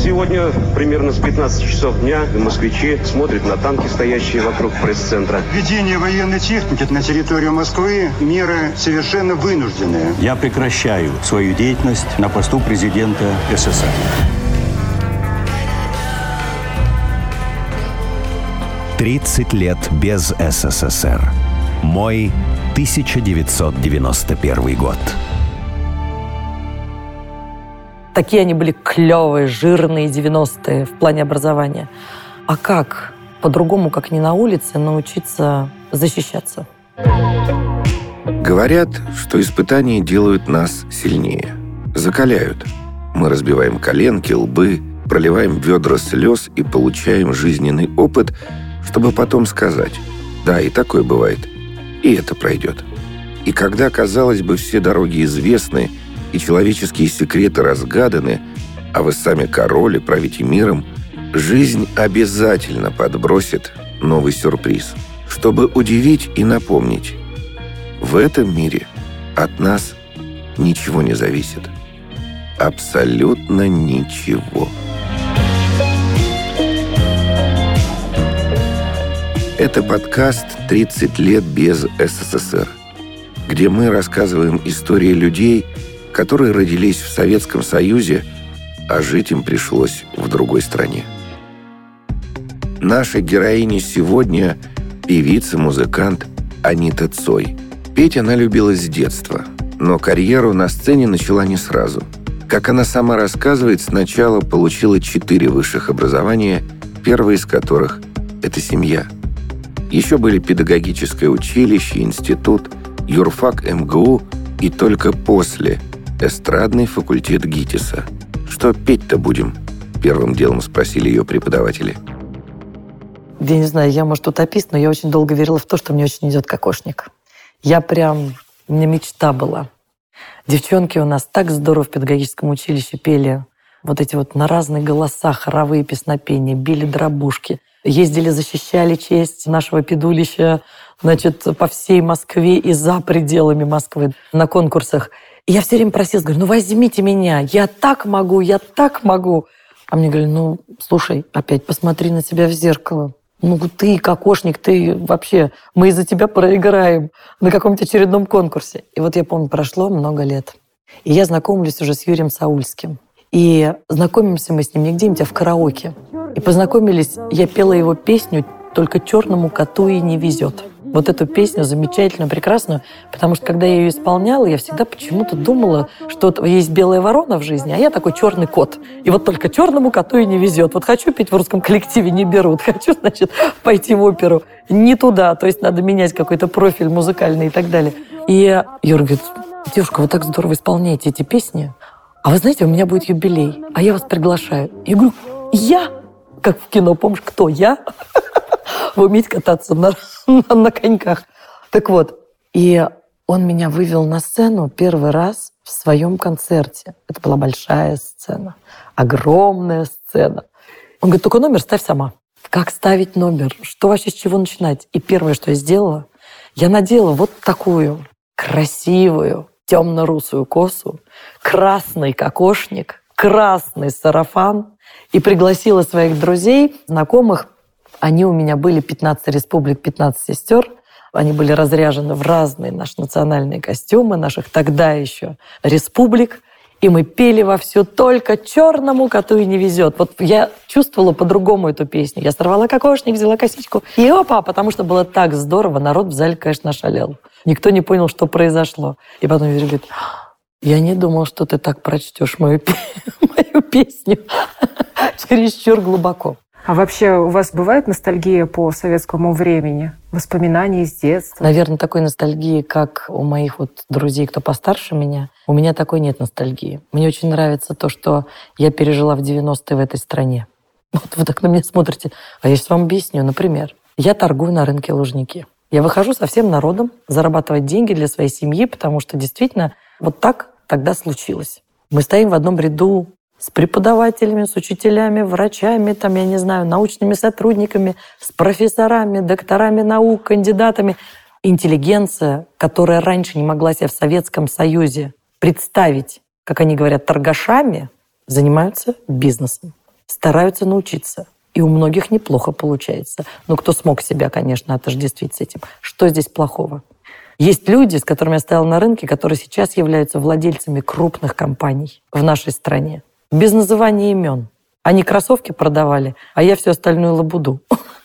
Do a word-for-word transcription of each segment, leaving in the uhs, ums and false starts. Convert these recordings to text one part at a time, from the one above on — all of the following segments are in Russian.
Сегодня примерно с пятнадцати часов дня москвичи смотрят на танки, стоящие вокруг пресс-центра. Введение военной техники на территорию Москвы – меры совершенно вынужденные. Я прекращаю свою деятельность на посту президента СССР. тридцать лет без СССР. Мой тысяча девятьсот девяносто первый год. Такие они были клевые, жирные девяностые в плане образования. А как? По-другому, как не на улице, научиться защищаться? Говорят, что испытания делают нас сильнее. Закаляют. Мы разбиваем коленки, лбы, проливаем ведра слез и получаем жизненный опыт, чтобы потом сказать: да, и такое бывает, и это пройдет. И когда, казалось бы, все дороги известны, и человеческие секреты разгаданы, а вы сами король и правите миром, жизнь обязательно подбросит новый сюрприз, чтобы удивить и напомнить: в этом мире от нас ничего не зависит. Абсолютно ничего. Это подкаст «тридцать лет без СССР», где мы рассказываем истории людей, которые родились в Советском Союзе, а жить им пришлось в другой стране. Наша героиня сегодня – певица-музыкант Анита Цой. Петь она любила с детства, но карьеру на сцене начала не сразу. Как она сама рассказывает, сначала получила четыре высших образования, первое из которых – это семья. Еще были педагогическое училище, институт, юрфак эм гэ у и только после – эстрадный факультет ГИТИСа. «Что петь-то будем?» – первым делом спросили ее преподаватели. Я не знаю, я, может, утопист, но я очень долго верила в то, что мне очень идет кокошник. Я прям... У меня мечта была. Девчонки у нас так здорово в педагогическом училище пели. Вот эти вот на разные голоса, хоровые песнопения, били дробушки. Ездили, защищали честь нашего педулища, значит, по всей Москве и за пределами Москвы на конкурсах. И я все время просила, говорю, ну возьмите меня, я так могу, я так могу. А мне говорили, ну, слушай, опять посмотри на себя в зеркало. Ну, ты, кокошник, ты вообще, мы из-за тебя проиграем на каком-то очередном конкурсе. И вот я помню, прошло много лет. И я знакомлюсь уже с Юрием Саульским. И знакомимся мы с ним не где-нибудь, а в караоке. И познакомились, я пела его песню «Только черному коту и не везет». Вот эту песню замечательную, прекрасную, потому что когда я ее исполняла, я всегда почему-то думала, что есть белая ворона в жизни, а я такой черный кот. И вот только черному коту и не везет. Вот хочу петь в русском коллективе, не берут. Хочу, значит, пойти в оперу. Не туда. То есть надо менять какой-то профиль музыкальный и так далее. И Юра говорит, девушка, вы так здорово исполняете эти песни. А вы знаете, у меня будет юбилей, а я вас приглашаю. Я говорю, я? Как в кино, помнишь, кто я? Вы умеете кататься на, на, на коньках. Так вот, и он меня вывел на сцену первый раз в своем концерте. Это была большая сцена, огромная сцена. Он говорит, только номер ставь сама. Как ставить номер? Что вообще, с чего начинать? И первое, что я сделала, я надела вот такую красивую темно-русую косу, красный кокошник, красный сарафан и пригласила своих друзей, знакомых. Они у меня были пятнадцать республик, пятнадцать сестер. Они были разряжены в разные наши национальные костюмы, наших тогда еще республик. И мы пели вовсю «Только черному коту и не везет». Вот я чувствовала по-другому эту песню. Я сорвала кокошник, взяла косичку. И опа, потому что было так здорово. Народ в зале, конечно, ошалел. Никто не понял, что произошло. И потом Юрий говорит, я не думал, что ты так прочтешь мою, мою песню. Чересчур глубоко. А вообще у вас бывает ностальгия по советскому времени? Воспоминания из детства? Наверное, такой ностальгии, как у моих вот друзей, кто постарше меня, у меня такой нет ностальгии. Мне очень нравится то, что я пережила в девяностые в этой стране. Вот вы так на меня смотрите. А я сейчас вам объясню. Например, я торгую на рынке Лужники. Я выхожу со всем народом зарабатывать деньги для своей семьи, потому что действительно вот так тогда случилось. Мы стоим в одном ряду с преподавателями, с учителями, врачами, там, я не знаю, научными сотрудниками, с профессорами, докторами наук, кандидатами. Интеллигенция, которая раньше не могла себя в Советском Союзе представить, как они говорят, торгашами, занимаются бизнесом. стараются научиться. И у многих неплохо получается. Но кто смог себя, конечно, отождествить с этим? Что здесь плохого? Есть люди, с которыми я стояла на рынке, которые сейчас являются владельцами крупных компаний в нашей стране. Без называния имен. Они кроссовки продавали, а я всю остальную лабуду.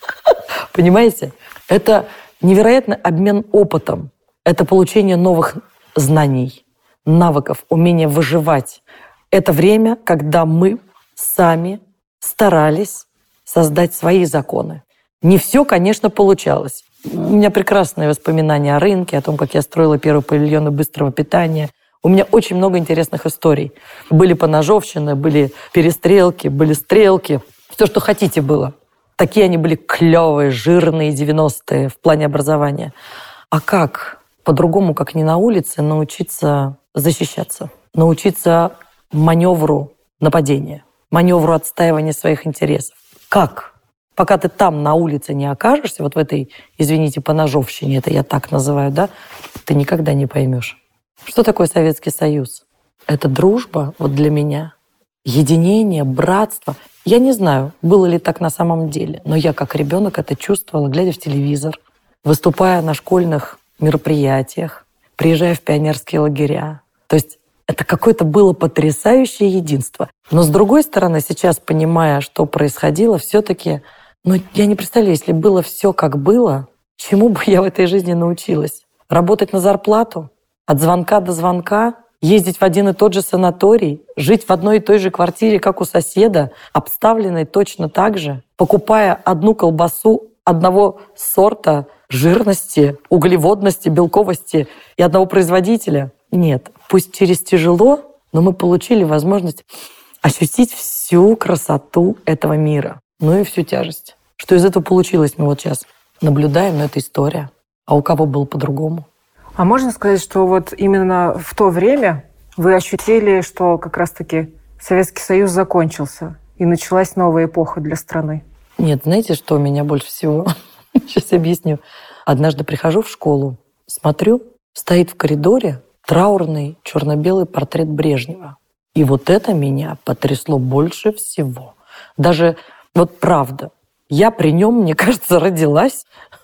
Понимаете? Это невероятный обмен опытом. Это получение новых знаний, навыков, умение выживать. Это время, когда мы сами старались создать свои законы. Не все, конечно, получалось. У меня прекрасные воспоминания о рынке, о том, как я строила первые павильоны быстрого питания. У меня очень много интересных историй. Были поножовщины, были перестрелки, были стрелки. Все, что хотите, было. Такие они были клевые, жирные девяностые в плане образования. А как? По-другому, как не на улице, научиться защищаться. Научиться маневру нападения, маневру отстаивания своих интересов. Как? Пока ты там на улице не окажешься, вот в этой, извините, поножовщине, это я так называю, да, ты никогда не поймешь. Что такое Советский Союз? Это дружба, вот для меня, единение, братство. Я не знаю, было ли так на самом деле, но я как ребенок это чувствовала, глядя в телевизор, выступая на школьных мероприятиях, приезжая в пионерские лагеря. То есть это какое-то было потрясающее единство. Но с другой стороны, сейчас, понимая, что происходило, все-таки, ну, я не представляю, если было все как было, чему бы я в этой жизни научилась? Работать на зарплату? От звонка до звонка? Ездить в один и тот же санаторий? Жить в одной и той же квартире, как у соседа, обставленной точно так же? Покупая одну колбасу одного сорта, жирности, углеводности, белковости и одного производителя? Нет. Пусть через тяжело, но мы получили возможность ощутить всю красоту этого мира, ну и всю тяжесть. Что из этого получилось, мы вот сейчас наблюдаем, но это история. А у кого было по-другому? А можно сказать, что вот именно в то время вы ощутили, что как раз-таки Советский Союз закончился и началась новая эпоха для страны? Нет, знаете, что меня больше всего? Сейчас объясню. Однажды прихожу в школу, смотрю, стоит в коридоре траурный черно-белый портрет Брежнева. И вот это меня потрясло больше всего. Даже вот правда. Я при нем, мне кажется, родилась.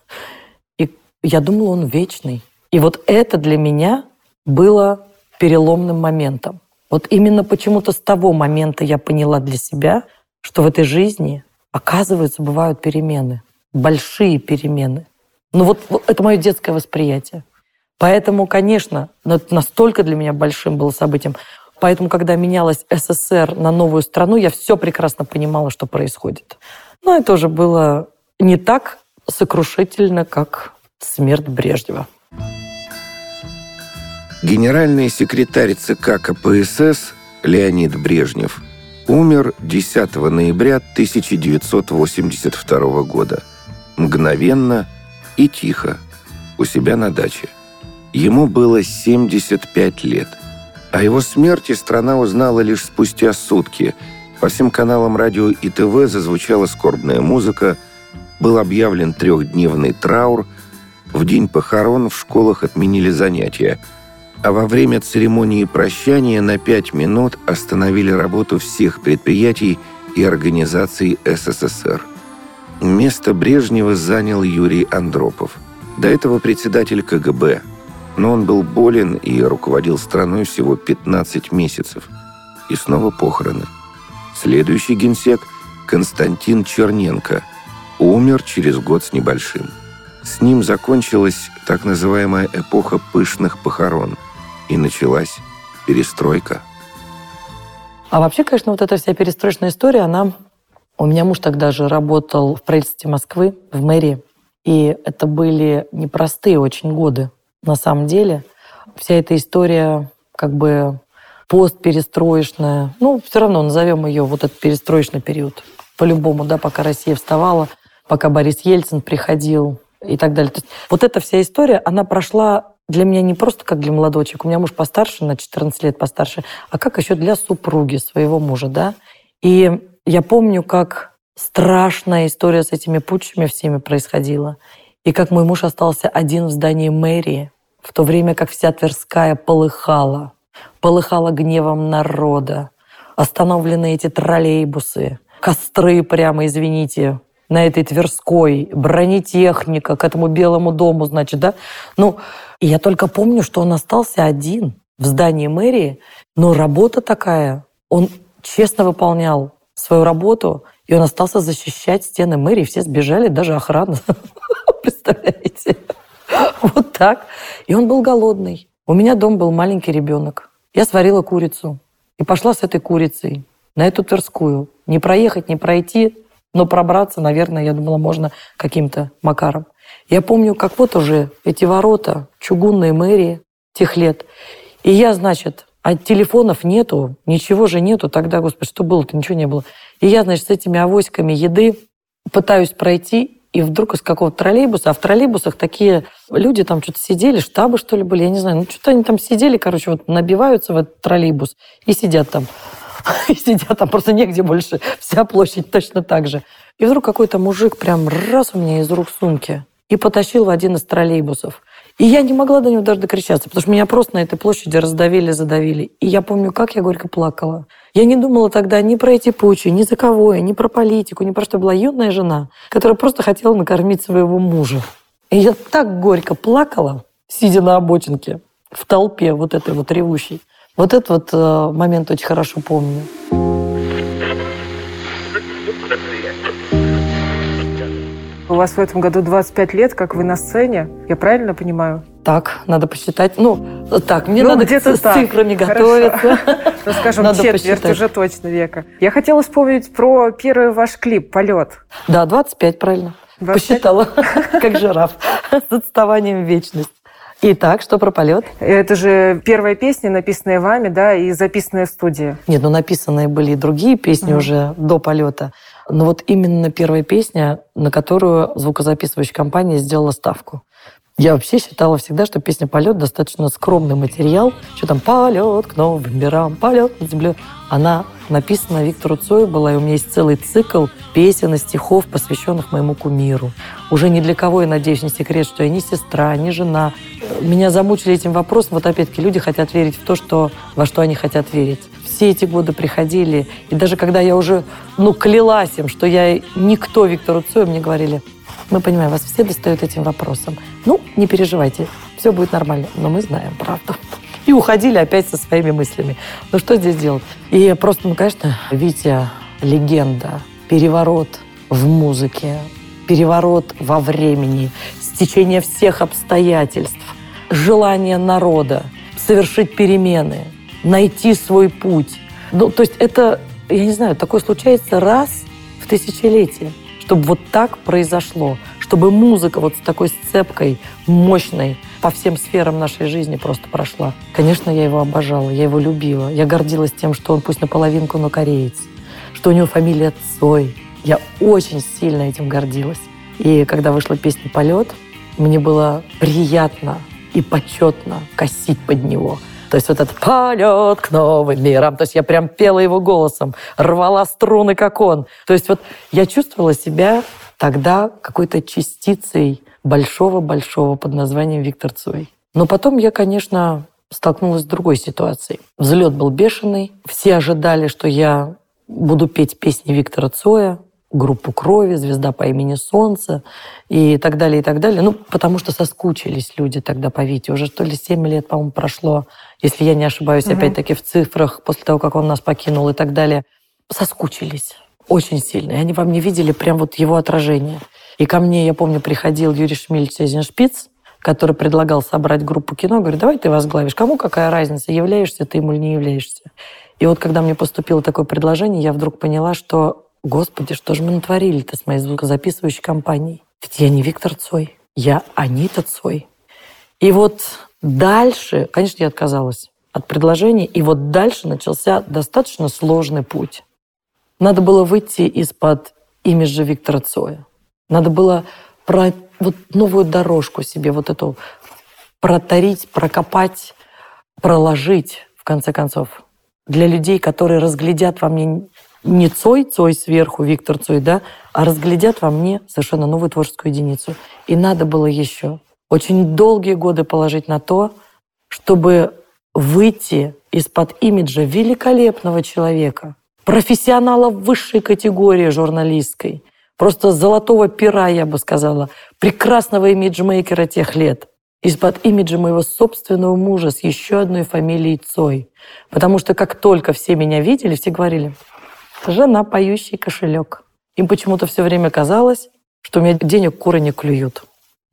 И я думала, он вечный. И вот это для меня было переломным моментом. Вот именно почему-то с того момента я поняла для себя, что в этой жизни, оказывается, бывают перемены. Большие перемены. Ну вот, вот это мое детское восприятие. Поэтому, конечно, это настолько для меня большим было событием. Поэтому, когда менялась СССР на новую страну, я все прекрасно понимала, что происходит. Но это уже было не так сокрушительно, как смерть Брежнева. Генеральный секретарь ЦК КПСС Леонид Брежнев умер десятого ноября тысяча девятьсот восемьдесят второго года. Мгновенно и тихо, у себя на даче. Ему было семьдесят пять лет. О его смерти страна узнала лишь спустя сутки. По всем каналам радио и ТВ зазвучала скорбная музыка, был объявлен трехдневный траур, в день похорон в школах отменили занятия, а во время церемонии прощания на пять минут остановили работу всех предприятий и организаций СССР. Место Брежнева занял Юрий Андропов. До этого председатель КГБ. Но он был болен и руководил страной всего пятнадцать месяцев. И снова похороны. Следующий генсек Константин Черненко умер через год с небольшим. С ним закончилась так называемая эпоха пышных похорон. И началась перестройка. А вообще, конечно, вот эта вся перестроечная история, она... У меня муж тогда же работал в правительстве Москвы, в мэрии. И это были непростые очень годы. На самом деле, вся эта история как бы постперестроечная, ну, все равно назовем ее вот этот перестроечный период. По-любому, да, пока Россия вставала, пока Борис Ельцин приходил и так далее. То есть вот эта вся история, она прошла для меня не просто как для молодого человека, у меня муж постарше, на четырнадцать лет постарше, а как еще для супруги своего мужа, да. И я помню, как страшная история с этими путчами всеми происходила. И как мой муж остался один в здании мэрии, в то время как вся Тверская полыхала, полыхала гневом народа, остановлены эти троллейбусы, костры прямо, извините, на этой Тверской, бронетехника к этому Белому дому, значит, да. Ну, и я только помню, что он остался один в здании мэрии, но работа такая, он честно выполнял свою работу, и он остался защищать стены мэрии, все сбежали, даже охрана. Представляете? Вот так. И он был голодный. У меня дома был маленький ребенок. Я сварила курицу и пошла с этой курицей на эту Тверскую. Не проехать, не пройти, но пробраться, наверное, я думала, можно каким-то макаром. Я помню, как вот уже эти ворота чугунной мэрии тех лет. И я, значит, а телефонов нету, ничего же нету. Тогда, господи, что было-то? Ничего не было. И я, значит, с этими авоськами еды пытаюсь пройти, и вдруг из какого-то троллейбуса, а в троллейбусах такие люди там что-то сидели, штабы, что ли, были, я не знаю. Ну, что-то они там сидели, короче, вот набиваются в этот троллейбус и сидят там. И сидят там, просто негде больше. Вся площадь точно так же. И вдруг какой-то мужик прям раз у меня из рук сумки и потащил в один из троллейбусов. И я не могла до него даже докричаться, потому что меня просто на этой площади раздавили, задавили. И я помню, как я горько плакала. Я не думала тогда ни про эти пучи, ни за кого, ни про политику, ни про что. Была юная жена, которая просто хотела накормить своего мужа. И я так горько плакала, сидя на обочинке, в толпе вот этой вот ревущей. Вот этот вот э, момент очень хорошо помню. У вас в этом году двадцать пять лет, как вы на сцене. Я правильно понимаю? Так, надо посчитать. Ну, так, мне ну, надо с так. цифрами готовиться. Ну, скажем, четверть уже точно века. Я хотела вспомнить про первый ваш клип «Полет». Да, двадцать пять, правильно. двадцать пять? Посчитала, как жираф, с отставанием в вечность. Итак, что про «Полет»? Это же первая песня, написанная вами, да, и записанная в студии. Нет, ну написанные были и другие песни mm. уже до «Полета». Но вот именно первая песня, на которую звукозаписывающая компания сделала ставку. Я вообще считала всегда, что песня «Полет» достаточно скромный материал. Что там «Полет к новым мирам», «Полет над землей». Она написана Виктору Цою была, и у меня есть целый цикл песен и стихов, посвященных моему кумиру. Уже ни для кого, я надеюсь, не секрет, что я ни сестра, ни жена. Меня замучили этим вопросом. Вот опять-таки люди хотят верить в то, что, во что они хотят верить. Все эти годы приходили, и даже когда я уже ну, клялась им, что я никто Виктору Цою, мне говорили: мы понимаем, вас все достают этим вопросом. Ну, не переживайте, все будет нормально. Но мы знаем правду. И уходили опять со своими мыслями. Ну, что здесь делать? И просто, ну, конечно, Витя — легенда. Переворот в музыке, переворот во времени, стечение всех обстоятельств, желание народа совершить перемены, найти свой путь. Ну, то есть это, я не знаю, такое случается раз в тысячелетие, чтобы вот так произошло, чтобы музыка вот с такой сцепкой мощной по всем сферам нашей жизни просто прошла. Конечно, я его обожала, я его любила. Я гордилась тем, что он пусть наполовинку, но кореец, что у него фамилия Цой. Я очень сильно этим гордилась. И когда вышла песня «Полет», мне было приятно и почетно косить под него. То есть вот этот «Полет к новым мирам». То есть я прям пела его голосом, рвала струны, как он. То есть вот я чувствовала себя тогда какой-то частицей большого-большого под названием Виктор Цой. Но потом я, конечно, столкнулась с другой ситуацией. Взлет был бешеный. Все ожидали, что я буду петь песни Виктора Цоя, группу «Крови», «Звезда по имени Солнце» и так далее, и так далее. Ну, потому что соскучились люди тогда по Вите. Уже что ли семь лет, по-моему, прошло, если я не ошибаюсь, угу. опять-таки в цифрах, после того, как он нас покинул и так далее. Соскучились очень сильно. И они во мне видели прям вот его отражение. И ко мне, я помню, приходил Юрий Шмильевич Эйзеншпиц, который предлагал собрать группу кино. Говорит: давай ты возглавишь. Кому какая разница, являешься ты ему или не являешься. И вот когда мне поступило такое предложение, я вдруг поняла, что, господи, что же мы натворили-то с моей звукозаписывающей компанией? Ведь я не Виктор Цой, я Анита Цой. И вот дальше, конечно, я отказалась от предложения, и вот дальше начался достаточно сложный путь. Надо было выйти из-под имиджа Виктора Цоя. Надо было про вот новую дорожку себе вот эту протарить, прокопать, проложить, в конце концов, для людей, которые разглядят во мне не Цой, Цой сверху, Виктор Цой, да, а разглядят во мне совершенно новую творческую единицу. И надо было еще очень долгие годы положить на то, чтобы выйти из-под имиджа великолепного человека, профессионала высшей категории журналистской, просто золотого пера, я бы сказала, прекрасного имиджмейкера тех лет, из-под имиджа моего собственного мужа с еще одной фамилией Цой. Потому что как только все меня видели, все говорили: «Жена, поющий кошелек». Им почему-то все время казалось, что у меня денег куры не клюют.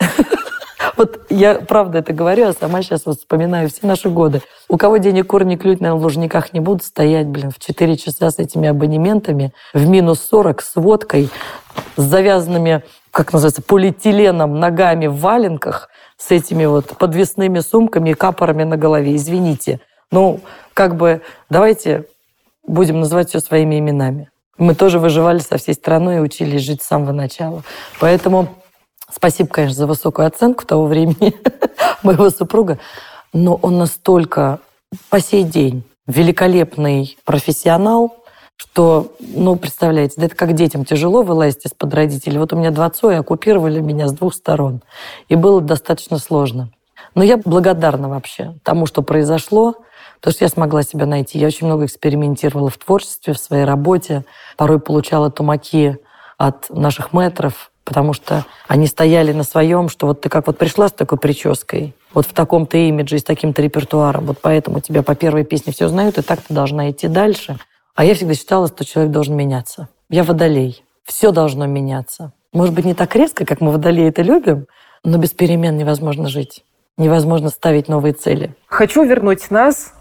Вот я правда это говорю, а сама сейчас вот вспоминаю все наши годы. У кого денег куры не клюют, наверное, в Лужниках не будут стоять, блин, в четыре часа с этими абонементами, в минус сорок, с водкой, с завязанными, как называется, полиэтиленом ногами в валенках, с этими вот подвесными сумками и капорами на голове. Извините. Ну, как бы, давайте будем называть все своими именами. Мы тоже выживали со всей страной и учились жить с самого начала. Поэтому спасибо, конечно, за высокую оценку того времени моего супруга. Но он настолько по сей день великолепный профессионал, что, ну, представляете, да это как детям тяжело вылазить из-под родителей. Вот у меня два Цоя оккупировали меня с двух сторон. И было достаточно сложно. Но я благодарна вообще тому, что произошло, потому что я смогла себя найти. Я очень много экспериментировала в творчестве, в своей работе. Порой получала тумаки от наших мэтров, потому что они стояли на своем, что вот ты как вот пришла с такой прической, вот в таком-то имидже и с таким-то репертуаром, вот поэтому тебя по первой песне все знают, и так ты должна идти дальше. А я всегда считала, что человек должен меняться. Я водолей. Все должно меняться. Может быть, не так резко, как мы водолеи это любим, но без перемен невозможно жить. Невозможно ставить новые цели. Хочу вернуть нас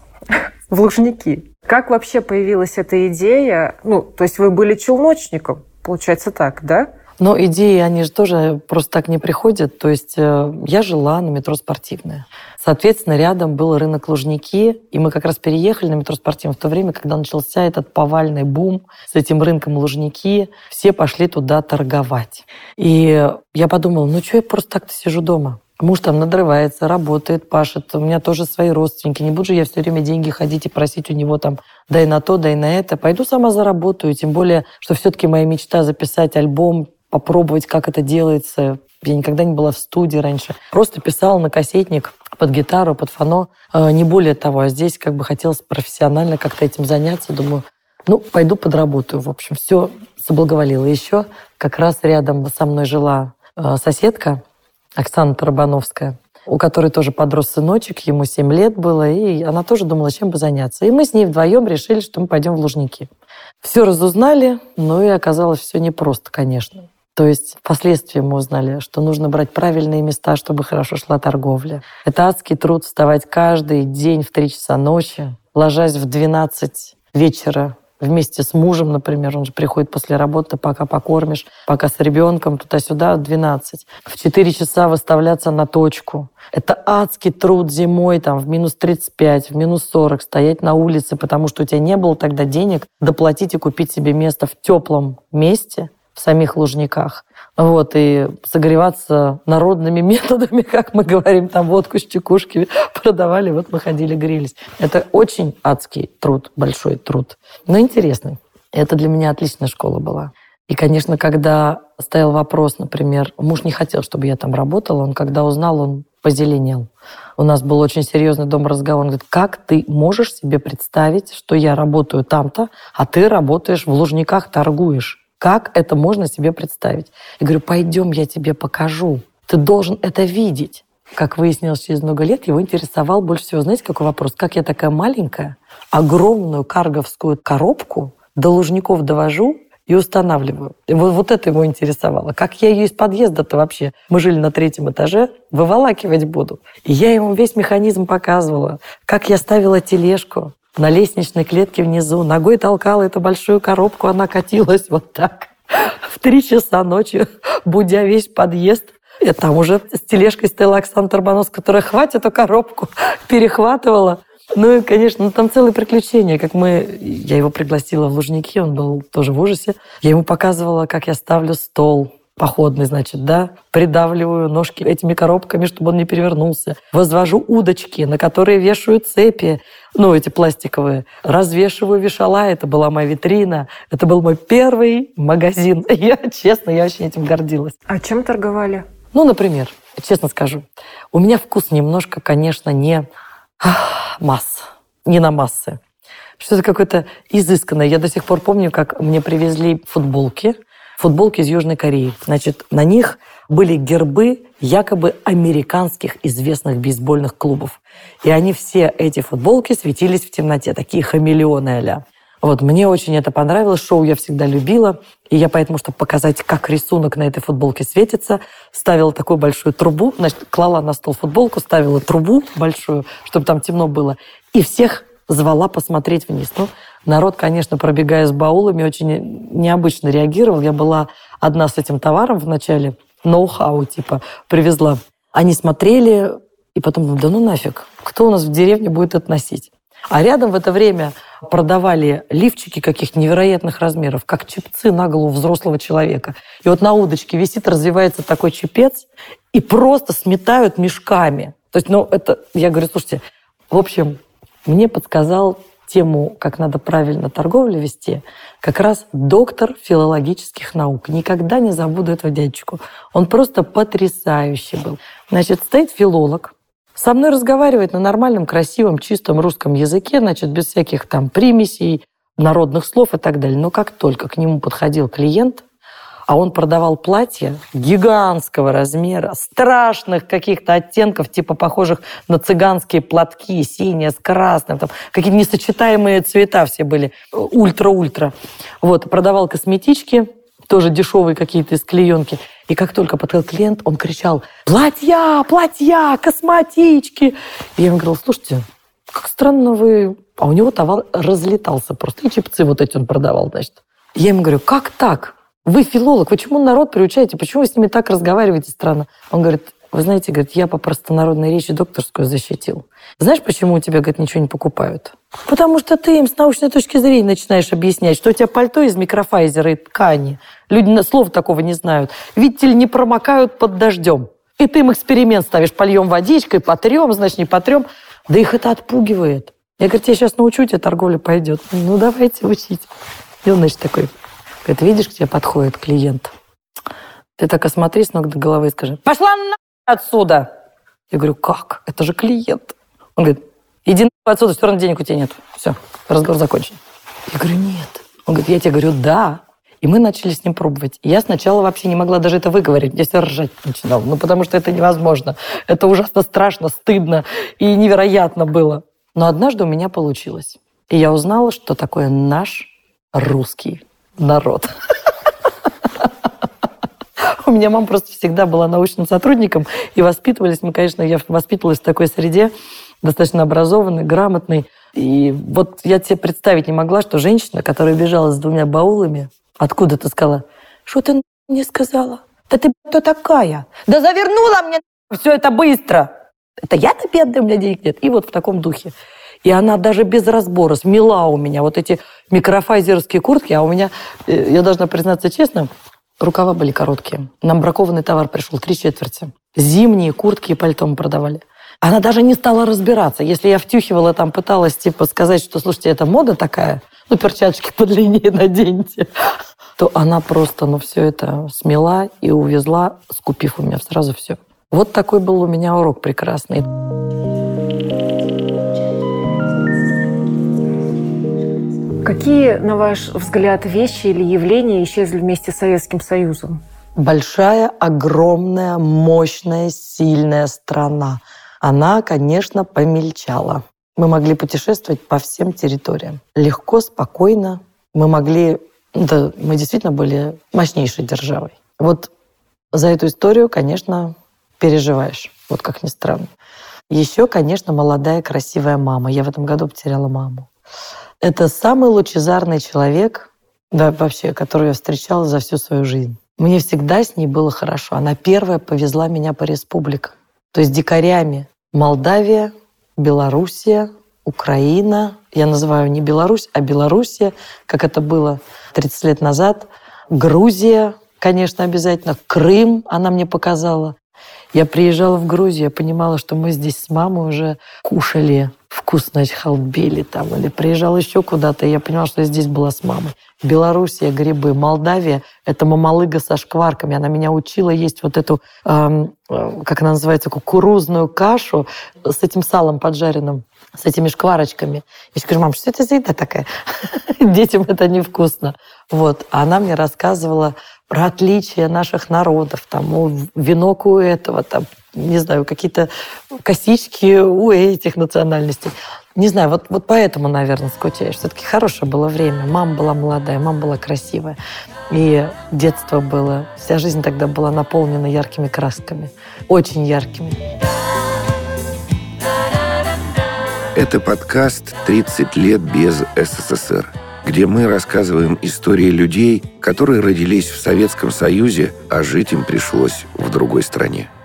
в Лужники. Как вообще появилась эта идея? Ну, то есть вы были челночником, получается так, да? Но идеи, они же тоже просто так не приходят. То есть я жила на метро Спортивное. Соответственно, рядом был рынок Лужники, и мы как раз переехали на метро Спортивное в то время, когда начался этот повальный бум с этим рынком Лужники. Все пошли туда торговать. И я подумала, ну что я просто так-то сижу дома? Муж там надрывается, работает, пашет. У меня тоже свои родственники. Не буду же я все время деньги ходить и просить у него там дай на то, дай на это. Пойду сама заработаю. Тем более, что все-таки моя мечта записать альбом, попробовать, как это делается. Я никогда не была в студии раньше. Просто писала на кассетник под гитару, под фано. Не более того. А здесь как бы хотелось профессионально как-то этим заняться. Думаю, ну, пойду подработаю. В общем, все соблаговолило. Еще как раз рядом со мной жила соседка Оксана Тарабановская, у которой тоже подрос сыночек, ему семь лет было, и она тоже думала, чем бы заняться. И мы с ней вдвоем решили, что мы пойдем в Лужники. Все разузнали, но и оказалось все непросто, конечно. То есть впоследствии мы узнали, что нужно брать правильные места, чтобы хорошо шла торговля. Это адский труд вставать каждый день в три часа ночи, ложась в двенадцать вечера вместе с мужем, например, он же приходит после работы, пока покормишь, пока с ребенком, туда-сюда, в двенадцать. В четыре часа выставляться на точку. Это адский труд зимой, там, в минус тридцать пять, в минус сорок, стоять на улице, потому что у тебя не было тогда денег доплатить и купить себе место в теплом месте, в самих Лужниках. Вот, и согреваться народными методами, как мы говорим, там водку с чекушки продавали, вот мы ходили, грелись. Это очень адский труд, большой труд, но интересный. Это для меня отличная школа была. И, конечно, когда стоял вопрос, например, муж не хотел, чтобы я там работала, он когда узнал, он позеленел. У нас был очень серьезный дома разговор. Он говорит, как ты можешь себе представить, что я работаю там-то, а ты работаешь в Лужниках, торгуешь? Как это можно себе представить? Я говорю, пойдем, я тебе покажу. Ты должен это видеть. Как выяснилось через много лет, его интересовал больше всего, знаете, какой вопрос? Как я такая маленькая, огромную карговскую коробку до Лужников довожу и устанавливаю. И вот, вот это его интересовало. Как я ее из подъезда-то вообще, мы жили на третьем этаже, выволакивать буду. И я ему весь механизм показывала, как я ставила тележку на лестничной клетке внизу, ногой толкала эту большую коробку, она катилась вот так в три часа ночи, будя весь подъезд. И там уже с тележкой стояла Оксана Тарабановская, которая хватит эту коробку, перехватывала. Ну и, конечно, ну, там целые приключения. Как мы... Я его пригласила в Лужники, он был тоже в ужасе. Я ему показывала, как я ставлю стол походный, значит, да, придавливаю ножки этими коробками, чтобы он не перевернулся. Возвожу удочки, на которые вешаю цепи, ну, эти пластиковые. Развешиваю вешала, это была моя витрина. Это был мой первый магазин. Я, честно, я очень этим гордилась. А чем торговали? Ну, например, честно скажу, у меня вкус немножко, конечно, не масс, не на массы. что-то какое-то изысканное. Я до сих пор помню, как мне привезли футболки, футболки из Южной Кореи. Значит, на них были гербы якобы американских известных бейсбольных клубов. И они все, эти футболки, светились в темноте, такие хамелеоны а-ля. Вот, мне очень это понравилось, шоу я всегда любила, и я поэтому, чтобы показать, как рисунок на этой футболке светится, ставила такую большую трубу, значит, клала на стол футболку, ставила трубу большую, чтобы там темно было, и всех звала посмотреть вниз. Ну, народ, конечно, пробегая с баулами, очень необычно реагировал. Я была одна с этим товаром в начале, ноу-хау, типа, привезла. Они смотрели, и потом думаю, да ну нафиг, кто у нас в деревне будет это носить? А рядом в это время продавали лифчики каких-то невероятных размеров, как чепцы на голову взрослого человека. И вот на удочке висит, развивается такой чепец, и просто сметают мешками. То есть, ну, это, я говорю, слушайте, в общем, мне подсказал тему, как надо правильно торговлю вести, как раз доктор филологических наук. Никогда не забуду этого дядечку. Он просто потрясающий был. Значит, стоит филолог, со мной разговаривает на нормальном, красивом, чистом русском языке, значит, без всяких там примесей, народных слов и так далее. Но как только к нему подходил клиент, а он продавал платья гигантского размера, страшных каких-то оттенков, типа похожих на цыганские платки, синие с красным, там какие-то несочетаемые цвета все были, ультра-ультра. Вот, продавал косметички, тоже дешевые какие-то из клеенки. И как только подходил клиент, он кричал: «Платья, платья, косметички!» И я ему говорила: слушайте, как странно вы... А у него товар разлетался просто. И чипцы вот эти он продавал, значит. Я ему говорю: как так? Вы филолог, почему народ приучаете? Почему вы с ними так разговариваете странно? Он говорит: вы знаете, говорит, я по простонародной речи докторскую защитил. Знаешь, почему у тебя, говорит, ничего не покупают? Потому что ты им с научной точки зрения начинаешь объяснять, что у тебя пальто из микрофайзера и ткани. Люди слова такого не знают. Видите ли, не промокают под дождем. И ты им эксперимент ставишь, польем водичкой, потрем, значит, не потрем. Да их это отпугивает. Я говорю: я сейчас научу, тебя торговля пойдет. Ну, давайте учить. И он, значит, такой, говорит: видишь, к тебе подходит клиент. Ты так осмотри с ног до головы и скажи: пошла на отсюда. Я говорю: как? Это же клиент. Он говорит: иди на отсюда, все равно денег у тебя нет. Все, разговор закончен. Я говорю: нет. Он говорит: я тебе говорю: да. И мы начали с ним пробовать. И я сначала вообще не могла даже это выговорить. Я все ржать начинала. Ну, потому что это невозможно. Это ужасно страшно, стыдно и невероятно было. Но однажды у меня получилось. И я узнала, что такое наш русский народ. У меня мама просто всегда была научным сотрудником, и воспитывались мы, конечно, я воспитывалась в такой среде, достаточно образованной, грамотной. И вот я себе представить не могла, что женщина, которая бежала с двумя баулами, откуда-то сказала: что ты мне сказала? Да ты кто такая? Да завернула мне все это быстро. Это я-то бедная, у меня денег нет. И вот в таком духе. И она даже без разбора смела у меня вот эти микрофайзерские куртки, а у меня, я должна признаться честно, рукава были короткие. Нам бракованный товар пришел, три четверти. Зимние куртки и пальто мы продавали. Она даже не стала разбираться. Если я втюхивала, там пыталась типа сказать, что, слушайте, это мода такая, ну, перчаточки подлиннее наденьте, то она просто, ну, все это смела и увезла, скупив у меня сразу все. Вот такой был у меня урок прекрасный. Какие, на ваш взгляд, вещи или явления исчезли вместе с Советским Союзом? Большая, огромная, мощная, сильная страна. Она, конечно, помельчала. Мы могли путешествовать по всем территориям. Легко, спокойно. Мы могли... Да, мы действительно были мощнейшей державой. Вот за эту историю, конечно, переживаешь. Вот как ни странно. Еще, конечно, молодая, красивая мама. Я в этом году потеряла маму. Это самый лучезарный человек, да, вообще, который я встречала за всю свою жизнь. Мне всегда с ней было хорошо. Она первая повезла меня по республикам. То есть дикарями. Молдавия, Белоруссия, Украина. Я называю не Беларусь, а Белоруссия, как это было тридцать лет назад. Грузия, конечно, обязательно. Крым она мне показала. Я приезжала в Грузию, я понимала, что мы здесь с мамой уже кушали вкусно халбели там, или приезжала еще куда-то, и я поняла, что я здесь была с мамой. Белоруссия, грибы. Молдавия — это мамалыга со шкварками. Она меня учила есть вот эту, эм, как она называется, кукурузную кашу с этим салом поджаренным. с этими шкварочками. Я говорю: мам, что это за еда такая? Детям это невкусно. Вот. А она мне рассказывала про отличия наших народов. Там венок у этого, там, не знаю, какие-то косички у этих национальностей. Не знаю, вот, вот поэтому, наверное, скучаешь. Все-таки хорошее было время. Мама была молодая, мама была красивая. И детство было. Вся жизнь тогда была наполнена яркими красками. Очень яркими. Это подкаст «тридцать лет без СССР», где мы рассказываем истории людей, которые родились в Советском Союзе, а жить им пришлось в другой стране.